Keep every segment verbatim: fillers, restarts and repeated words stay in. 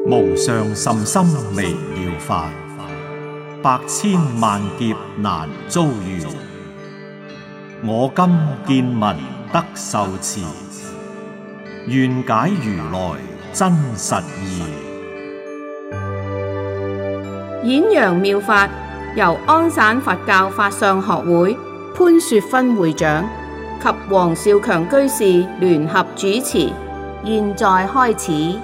無上甚深微妙法，百千萬劫難遭遇。我今見聞得受持，願解如來真實義。 演揚妙法由安省佛教法相學會潘雪芬會長及黃少強居士聯合主持，現在開始。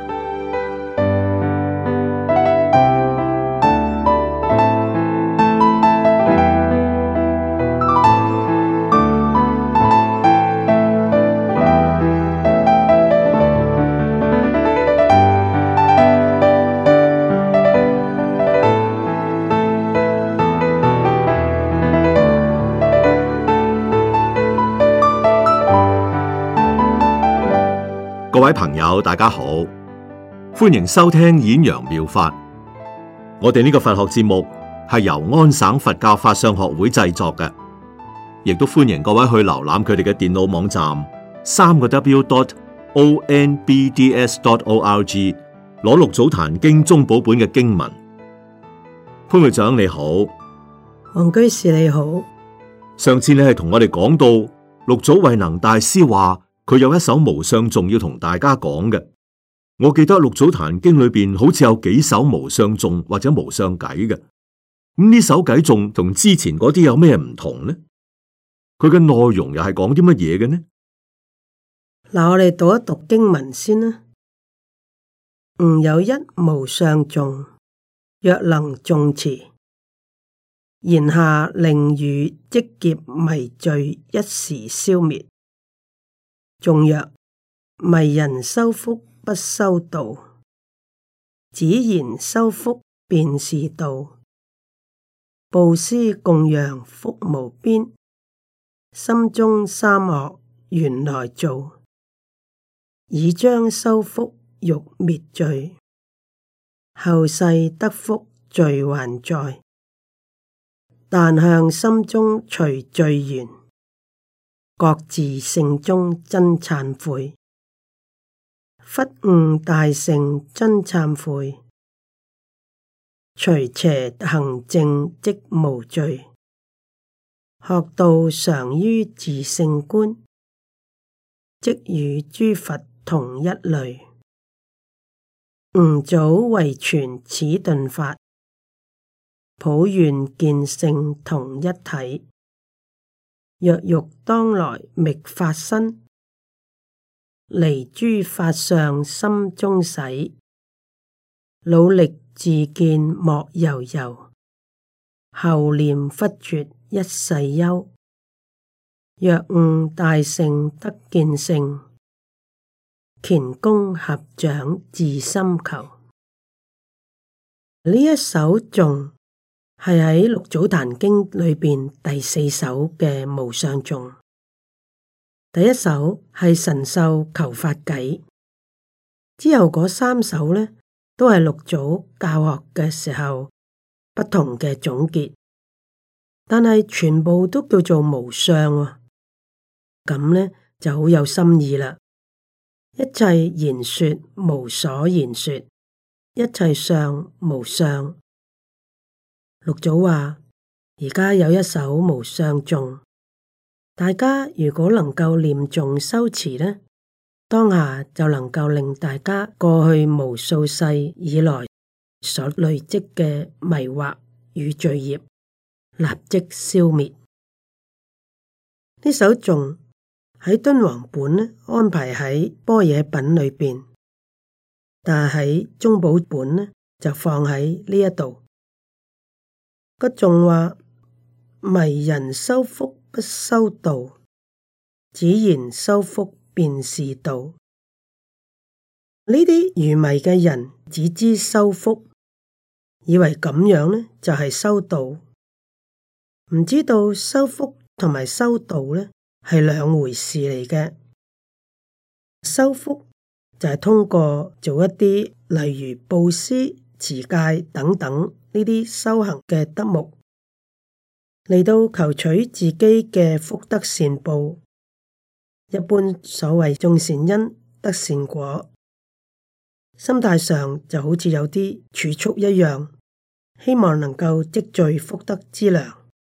各位朋友，大家好，歡迎收聽演揚妙法。我哋呢個佛學節目係由安省佛教法相學會製作嘅，亦都歡迎各位去瀏覽佢哋嘅電腦網站三個 W dot O N B D S dot O R G 攞六祖壇經宗寶本嘅經文。潘會長你好， 黃居士你好。 上次你係同我哋講到六祖慧能大師話佢有一首無相頌要同大家講嘅。我記得六祖壇經裏邊好似有幾首無相頌或者無相偈嘅。咁呢首偈頌同之前嗰啲有咩唔同呢？佢嘅內容又係講啲乜嘢嘅呢？ 嗱，我哋讀一讀經文先啦。吾有一無相頌，若能誦持，言下令汝積劫迷罪一時消滅。頌曰：迷人修福不修道，只言修福便是道。布施供養福無邊，心中三惡原來造。以將修福欲滅罪，後世得福罪還在。但向心中除罪緣，各自性中真懺悔。忽悟大乘真懺悔，除邪行正即無罪。學道常於自性觀，即與諸佛同一類。吾早為傳此頓法，普願見性同一體。若欲當來覓法身，離諸法相心中使。努力自見莫悠悠，後念忽絕一世憂。若悟大乘得見性，乾功合掌自心求。呢一首頌係喺六祖壇經裏邊第四首嘅無相頌。第一首係神秀求法偈，之後嗰三首呢都係六祖教學嘅時候不同嘅總結，但係全部都叫做無相喎。咁呢就好有心意啦。一切言說無所言說，一切相無相。六祖話：而家有一首無相頌，大家如果能夠念誦修持呢，當下就能夠令大家過去無數世以來所累積嘅迷惑與罪業立即消滅。呢首頌喺敦煌本呢安排喺般若品裏邊，但係喺宗寶本呢就放喺呢一度。個頌話：迷人修福不修道，只言修福便是道。呢啲愚迷嘅人只知修福，以為咁樣呢就係修道，唔知道修福同埋修道呢係兩回事嚟嘅。修福就係通過做一啲例如布施、持戒等等呢啲修行嘅德目，嚟到求取自己嘅福德善報，一般所謂種善因得善果。 心態上就好似有啲儲蓄一樣，希望能夠積聚福德之糧。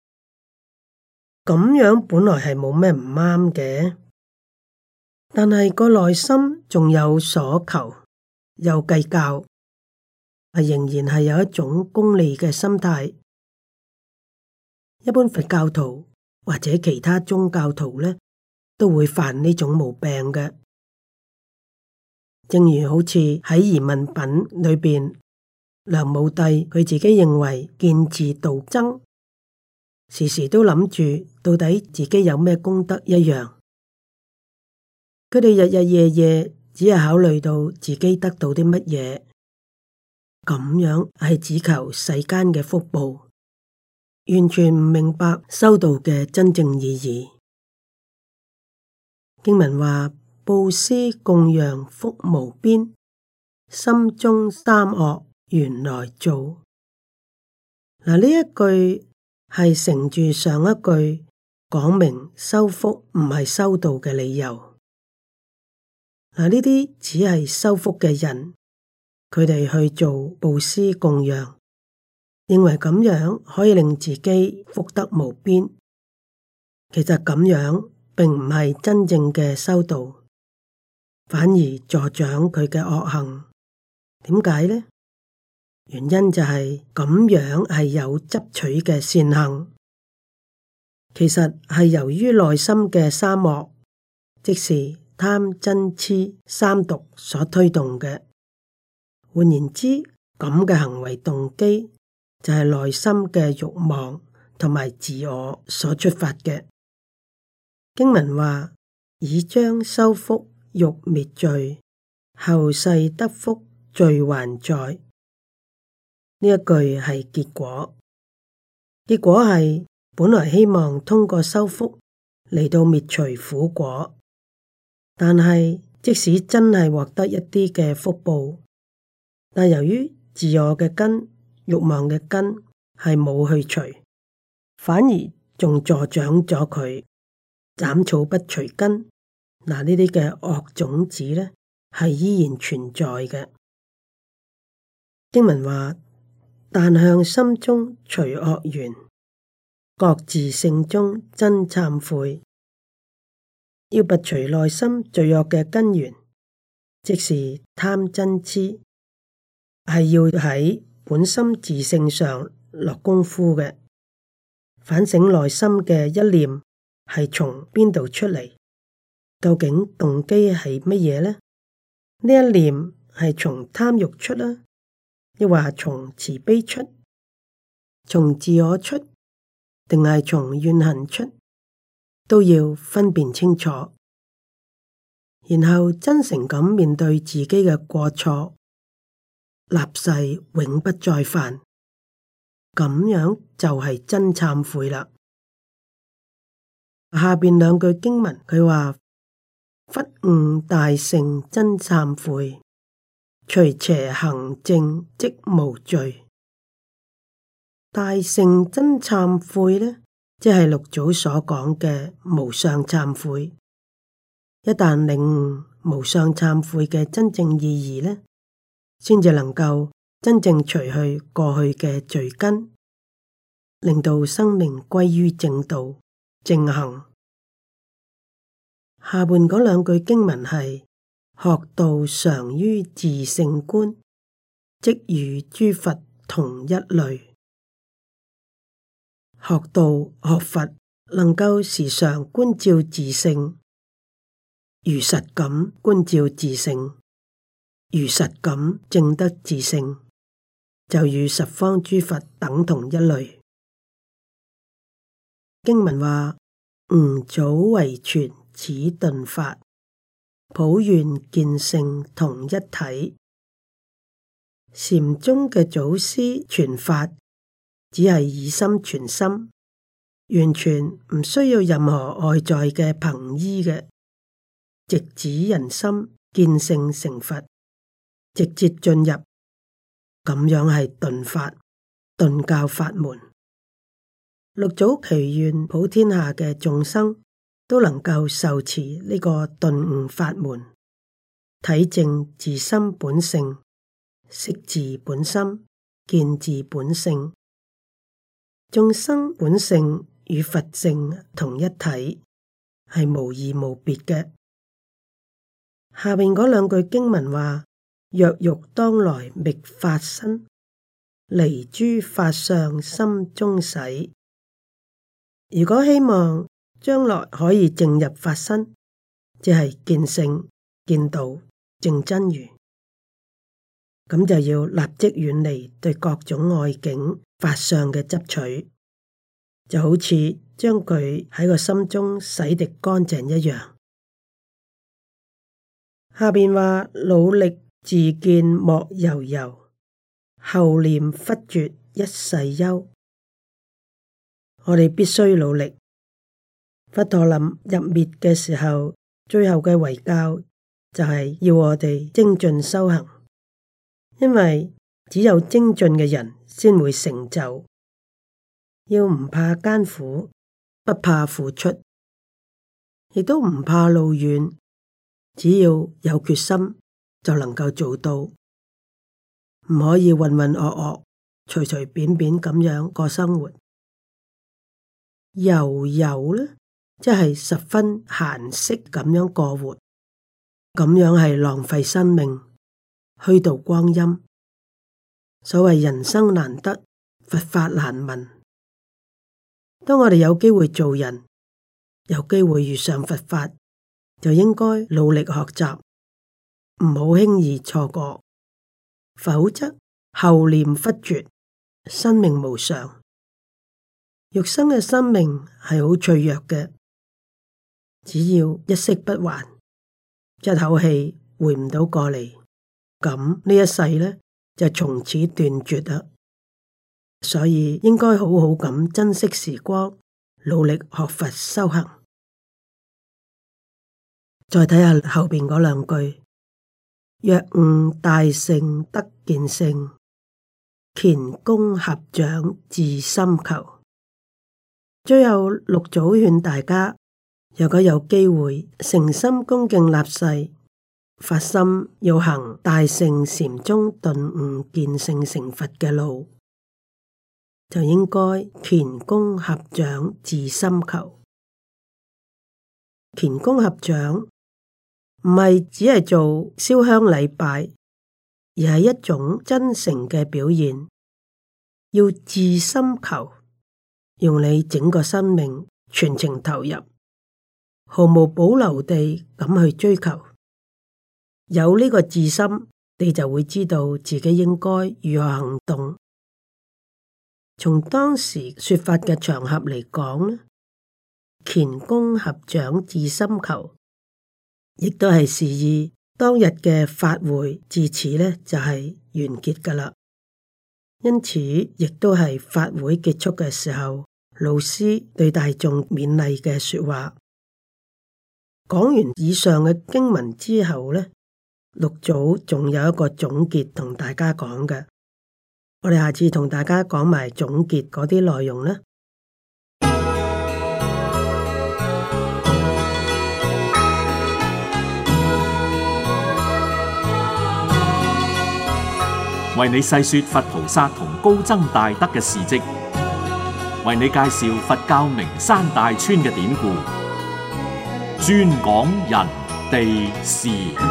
咁樣本來係冇咩唔啱嘅，但係個內心仲有所求，有計較，係仍然係有一種功利嘅心態。一般佛教徒或者其他宗教徒呢，都會犯呢種毛病嘅。正如好似喺疑問品裏邊，梁武帝佢自己認為見自度增，時時都諗住到底自己有咩功德一樣。佢哋日日夜夜只係考慮到自己得到啲乜嘢，咁樣係只求世間嘅福報，完全唔明白修道嘅真正意義。經文話：布施供養福無邊，心中三惡原來造。嗱，呢一句係承住上一句，講明修福唔係修道嘅理由。嗱，呢啲只係修福嘅人，佢哋去做布施供養，認為咁樣可以令自己福德無邊。其實咁樣並唔係真正嘅修道。反而助長佢嘅惡行，點解呢？原因就係咁樣係有執取嘅善行，其實係由於內心嘅三惡，即是貪嗔癡三毒所推動嘅。換言之，咁嘅行為動機就係內心嘅慾望同埋自我所出發嘅。經文話：以將修福，欲滅罪，後世得福，罪還在。呢一句係結果，結果係本來希望通過修福嚟到滅除苦果，但係即使真係獲得一啲嘅福報，但由於自我嘅根、慾望嘅根係冇去除，反而仲助長咗佢，斬草不除根。嗱，呢啲嘅惡種子呢，係依然存在嘅。經文話：但向心中除惡緣，各自性中真懺悔。要拔除內心罪惡嘅根源，即是貪嗔癡，係要喺本心自性上落功夫嘅。反省內心嘅一念係從邊度出嚟？究竟動機係乜嘢呢？呢一念係從貪欲出啦，抑或從慈悲出，從自我出，定係從怨恨出，都要分辨清楚，然後真誠咁面對自己嘅過錯，立誓永不再犯，咁樣就係真懺悔啦。下邊兩句經文佢話：忽悟大乘真懺悔，除邪行正即無罪。大乘真懺悔呢，即係六祖所講嘅無上懺悔。一旦領悟無上懺悔嘅真正意義呢，先至能夠真正除去過去嘅罪根，令到生命歸於正道正行。下半嗰兩句經文係：學道常於自性觀，即與諸佛同一類。學道學佛能夠時常觀照自性，如實咁觀照自性，如實咁證得自性，就與十方諸佛等同一類。經文話：吾祖遺傳此頓法，普願見性同一體。禪宗嘅祖師傳法，只係以心傳心，完全唔需要任何外在嘅憑依嘅，直指人心見性成佛，直接進入，咁樣係頓法、頓教法門。六祖祈願普天下嘅眾生都能夠受持呢個頓悟法門， 體證自心本性，識自本心，見自本性。眾生本性與佛性同一體，係無異無別嘅。下面嗰兩句經文話：若欲當來覓法身，離諸法相心中使。如果希望將來可以證入法身，即係見性、見道、證真如，咁就要立即遠離對各種外境法相嘅執取，就好似將佢喺個心中洗滌乾淨一樣。下邊話：努力自見莫悠悠，後念忽絕一世憂。我哋必須努力。佛陀臨入滅嘅時候，最後嘅遺教就係要我哋精進修行，因為只有精進嘅人先會成就。要唔怕艱苦，不怕付出，亦都唔怕路遠，只要有決心就能夠做到。唔可以渾渾噩噩、隨隨便便咁樣過生活。悠悠呢，即係十分閒適咁樣過活，咁樣係浪費生命，虛度光陰。所謂人生難得，佛法難聞。當我哋有機會做人，有機會遇上佛法，就應該努力學習，唔好輕易錯過，否則後念忽絕，生命無常。肉身嘅生命係好脆弱嘅，只要一息不還，一口氣回唔到過嚟，咁呢一世呢，就從此斷絕啦。所以應該好好咁珍惜時光，努力學佛修行。再睇下後邊嗰兩句：若悟大乘得見性，乾恭合掌至心求。最後六祖勸大家，如果有機會誠心恭敬立誓，發心要行大乘禪宗頓悟見性成佛嘅路，就應該乾恭合掌至心求。乾恭合掌唔係只係做燒香禮拜，而係一種真誠嘅表現，要至心求。用你整個生命全情投入，毫無保留地咁去追求。有呢個自心，你就會知道自己應該如何行動。從當時說法嘅場合嚟講呢，乾恭合掌至心求，亦都係示意當日嘅法會至此呢就係完結噶啦。因此，亦都係法會結束嘅時候，老師對大眾勉勵嘅說話。講完以上嘅經文之後呢，六祖仲有一個總結同大家講嘅。我哋下次同大家講埋總結嗰啲內容啦。 為你細說佛菩薩同高僧大德嘅事跡，為你介紹佛教名山大川嘅典故，專講人地事。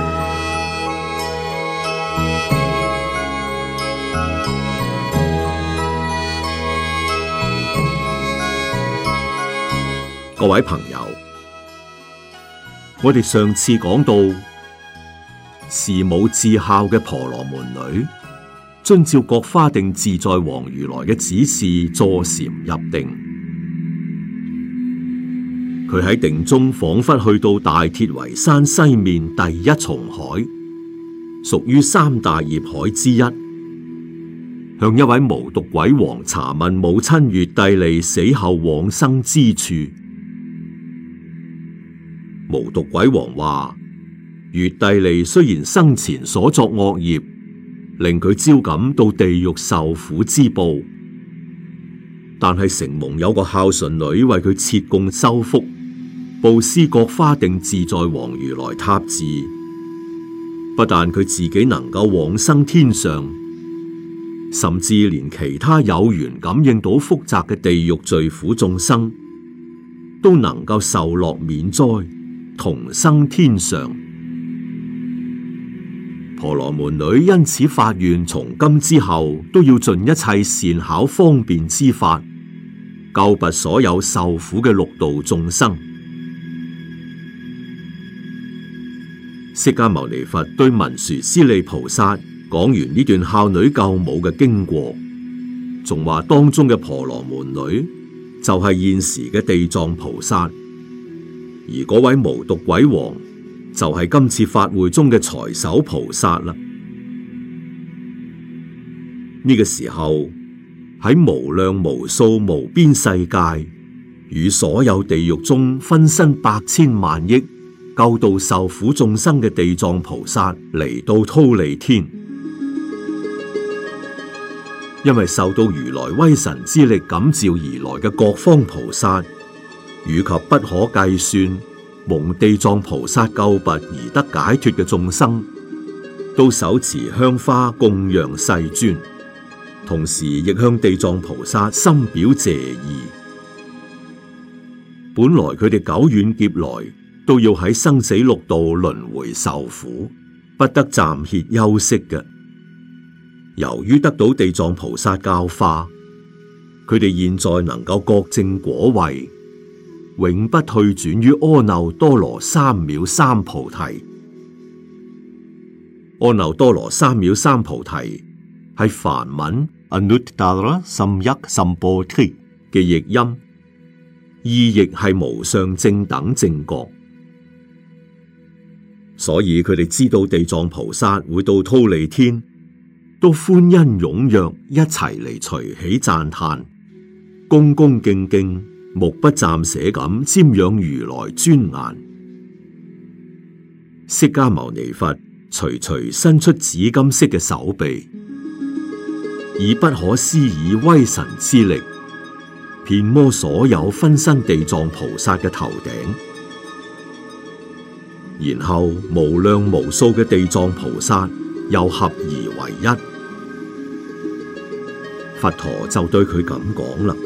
各位朋友，我哋上次講到，事母至孝嘅婆羅門女，遵照覺華定自在王如來嘅指示坐禪入定。佢喺定中仿佛去到大鐵圍山西面第一重海，屬於三大業海之一，向一位無毒鬼王查問母親月帝利死後往生之處。無毒鬼王話：月帝利雖然生前所作惡業，令佢招感到地獄受苦之報，但係承蒙有個孝順女為佢設供修福，布施覺華定自在王如來塔寺， 不但佢自己能夠往生天上，甚至連其他有緣感應到複雜嘅地獄罪苦眾生，都能夠受樂免災，同生天上。婆羅門女因此發願，從今之後都要盡一切善巧方便之法，救拔所有受苦嘅六道眾生。釋迦牟尼佛對文殊師利菩薩講完呢段孝女救母嘅經過，仲話當中嘅婆羅門女就係現時嘅地藏菩薩，而嗰位無毒鬼王就係今次法會中嘅財首菩薩啦。呢個時候喺無量無數無邊世界與所有地獄中分身百千萬億救度受苦眾生嘅地藏菩薩嚟到忉利天，因為受到如來威神之力感召而來嘅各方菩薩，以及不可計算蒙地藏菩薩救拔而得解脫嘅眾生，都手持香花供養世尊，同時亦向地藏菩薩深表謝意。本來佢哋久遠劫來都要喺生死六道輪迴受苦，不得暫歇休息嘅。由於得到地藏菩薩教化，佢哋現在能夠覺證果位，永不退轉於阿耨多羅三藐三菩提。阿耨多羅三藐三菩提係梵文 Anuttara Samyak Sambodhi 嘅譯音，意譯係無上正等正覺。所以佢哋知道地藏菩薩會到忉利天，都歡欣踴躍一齊嚟隨喜讚歎，恭恭敬敬目不暫捨咁瞻仰如來尊顏。釋迦牟尼佛徐徐伸出紫金色嘅手臂，以不可思議威神之力，遍摩所有分身地藏菩薩嘅頭頂。然後無量無數嘅地藏菩薩又合而為一，佛陀就對佢咁講啦：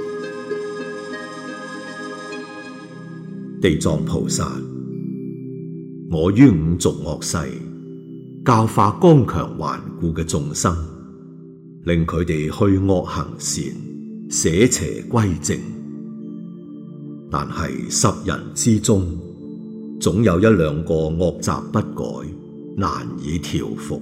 地藏菩薩，我於五濁惡世教化剛強頑固嘅眾生，令佢哋去惡行善，捨邪歸正。但係十人之中，總有一兩個惡習不改，難以調伏。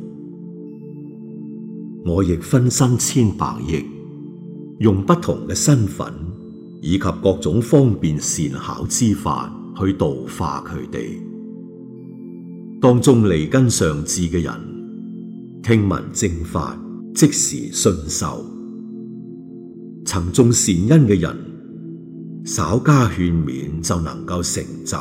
我亦分身千百億，用不同嘅身份以及各種方便善巧之法去度化佢哋。當中利根上智嘅人，聽聞正法，即時信受；曾種善因嘅人，稍加勸勉就能夠成就。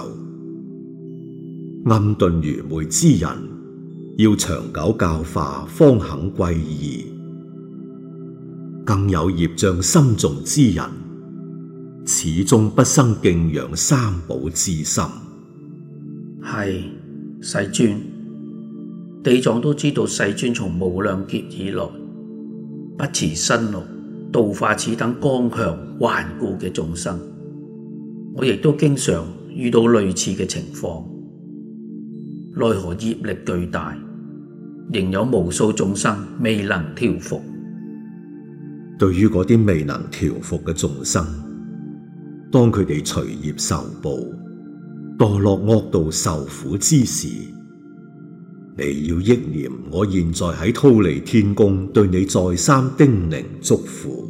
暗頓愚昧之人，要長久教化方肯歸依；更有業障深重之人，始終不生敬仰三寶之心。 係世尊，地藏都知道世尊從無量劫以來，不辭辛勞度化此等剛強頑固嘅眾生。我亦都經常遇到類似嘅情況。奈何業力巨大，仍有無數眾生未能調伏。 對於嗰啲未能調伏嘅眾生，當佢哋隨業受報，墮落惡道受苦之時，你要憶念我現在喺忉利天宮對你再三叮嚀囑咐，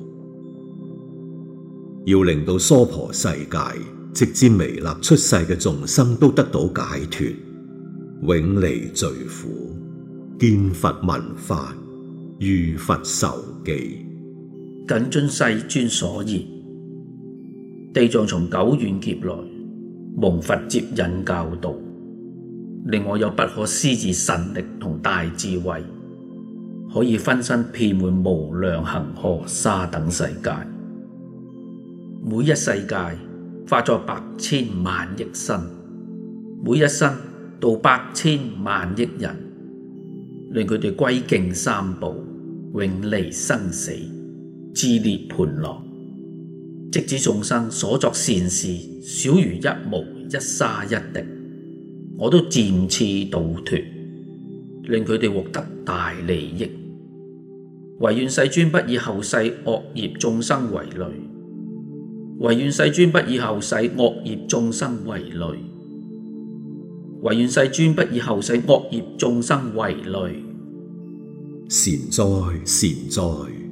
要令到娑婆世界直至彌勒出世嘅眾生都得到解脫，永離罪苦，見佛聞法，遇佛受記。 謹遵世尊所言，地藏從久遠劫來蒙佛接引教導，令我有不可思議神力同大智慧，可以分身遍滿無量恒河沙等世界。每一世界化作百千萬億身，每一身度百千萬億人， 令佢哋歸敬三寶，永離生死，至涅槃樂。即使眾生所作善事少如一毛一沙一滴，我都漸次度脫，令佢哋獲得大利益。唯願世尊不以後世惡業眾生為累，唯願世尊不以後世惡業眾生為累，唯願世尊不以後世惡業眾生為累。 善哉善哉，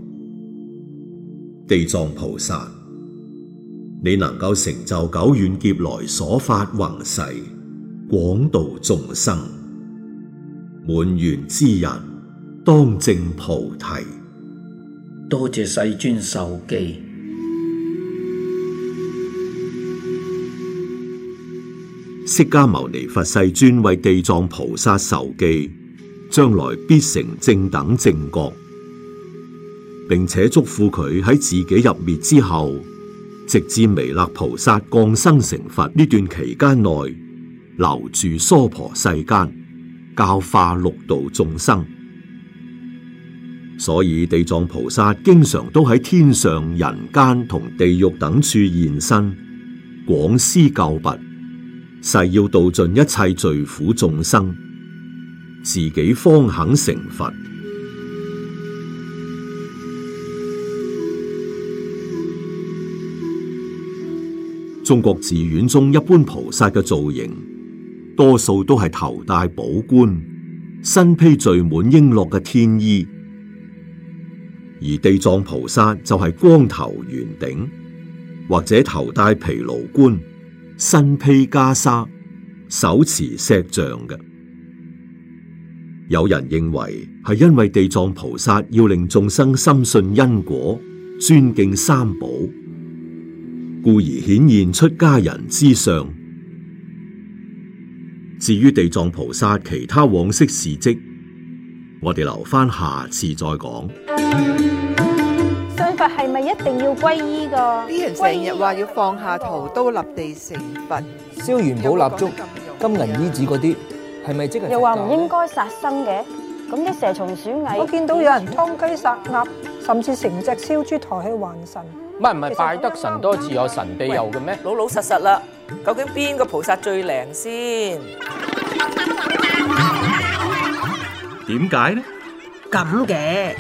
地藏菩薩，你能夠成就久遠劫來所發宏誓，廣度眾生，滿願之人當證菩提。 多謝世尊授記。 釋迦牟尼佛世尊為地藏菩薩授記，將來必成正等正覺，並且囑咐佢喺自己入滅之後，直至彌勒菩薩降生成佛呢段期間內，留住娑婆世間，教化六道眾生。所以地藏菩薩經常都喺天上、人間同地獄等處現身，廣施救拔，誓要度盡一切罪苦眾生，自己方肯成佛。中國寺院中一般菩薩嘅造型，多數都係頭戴寶冠，身披綴滿瓔珞嘅天衣。而地藏菩薩就係光頭圓頂，或者頭戴毗盧冠，身披袈裟，手持錫杖嘅。有人認為係因為地藏菩薩要令眾生深信因果，尊敬三寶，故而顯現出家人之相。至於地藏菩薩其他往昔事跡，我哋留翻下次再講。 信佛係咪一定要皈依噶？ 啲人成日話要放下屠刀立地成佛， 燒元寶蠟燭、金銀衣紙嗰啲，係咪即係？ 又話唔應該殺生嘅，咁啲蛇蟲鼠蟻， 我見到有人劏雞殺鴨，甚至成隻燒豬抬去還神。 唔係唔係，拜得神多自有神庇佑嘅咩？ 老老實實啦，究竟邊個菩薩最靈先？ 點解呢？ 咁嘅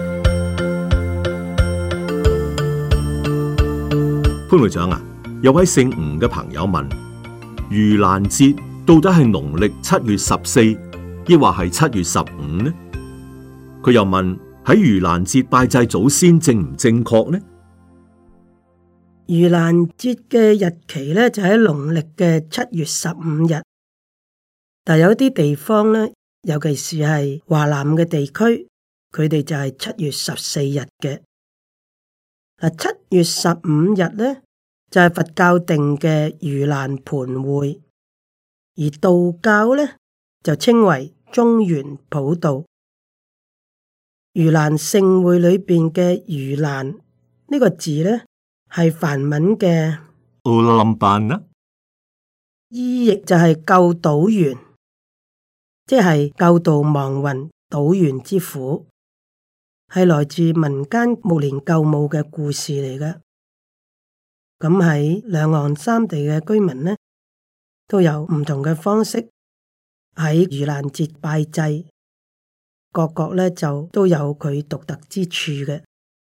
潘會長啊，有位姓吳嘅朋友問：盂蘭節到底係農曆七月十四，抑或係七月十五呢？佢又問：喺盂蘭節拜祭祖先正唔正確呢？ 盂蘭節嘅日期咧就喺農曆嘅七月十五日，但有啲地方咧，尤其是係華南嘅地區，佢哋就係七月十四日嘅。嗱，七月十五日咧就係佛教定嘅盂蘭盆會，而道教咧就稱為中元普渡。盂蘭盛會裏邊嘅盂蘭呢個字咧係梵文嘅烏林班啦， 意譯就係救島員，即係救度亡魂島員之苦，係來自民間暮年救母嘅故事嚟嘅。咁喺兩岸三地嘅居民呢，都有唔同嘅方式喺盂蘭節拜祭，各國呢就都有佢獨特之處嘅。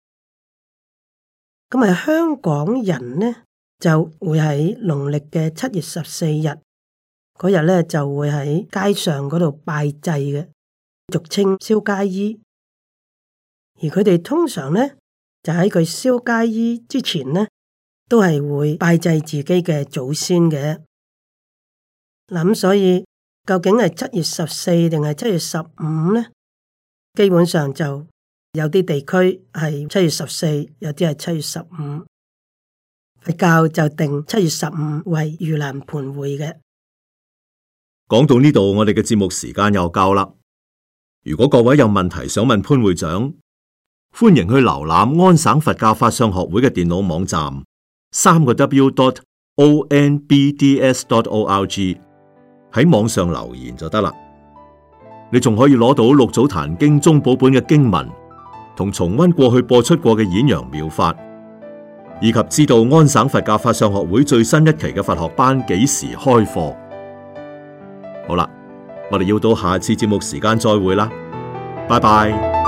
咁啊，香港人呢就會喺農曆嘅七月十四日嗰日呢，就會喺街上嗰度拜祭嘅，俗稱燒街衣。而佢哋通常呢，就喺佢燒街衣之前呢，都係會拜祭自己嘅祖先嘅。咁所以究竟係七月十四定係七月十五呢？基本上就有啲地區係七月十四，有啲係七月十五。佛教就定七月十五為盂蘭盆會嘅。 講到呢度，我哋嘅節目時間又夠啦。如果各位有問題想問潘會長，歡迎去瀏覽安省佛教法相學會嘅電腦網站，三個 W dot O N B D S dot O R G， 喺網上留言就得啦。 你仲可以攞到六祖壇經宗寶本嘅經文，同重溫過去播出過嘅演揚妙法，以及知道安省佛教法相學會最新一期嘅佛學班幾時開課。好啦，我哋要到下次節目時間再會啦，拜拜。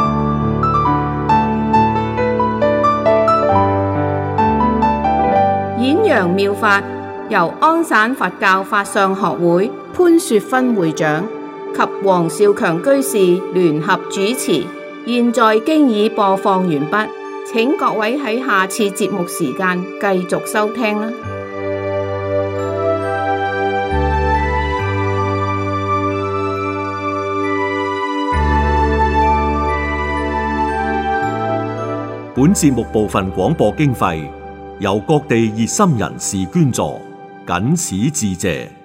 演揚妙法由安省佛教法相學會潘雪芬會長及黃少強居士聯合主持，現在經已播放完畢，請各位喺下次節目時間繼續收聽啦。 本節目部分廣播經費由各地熱心人士捐助，謹此致謝。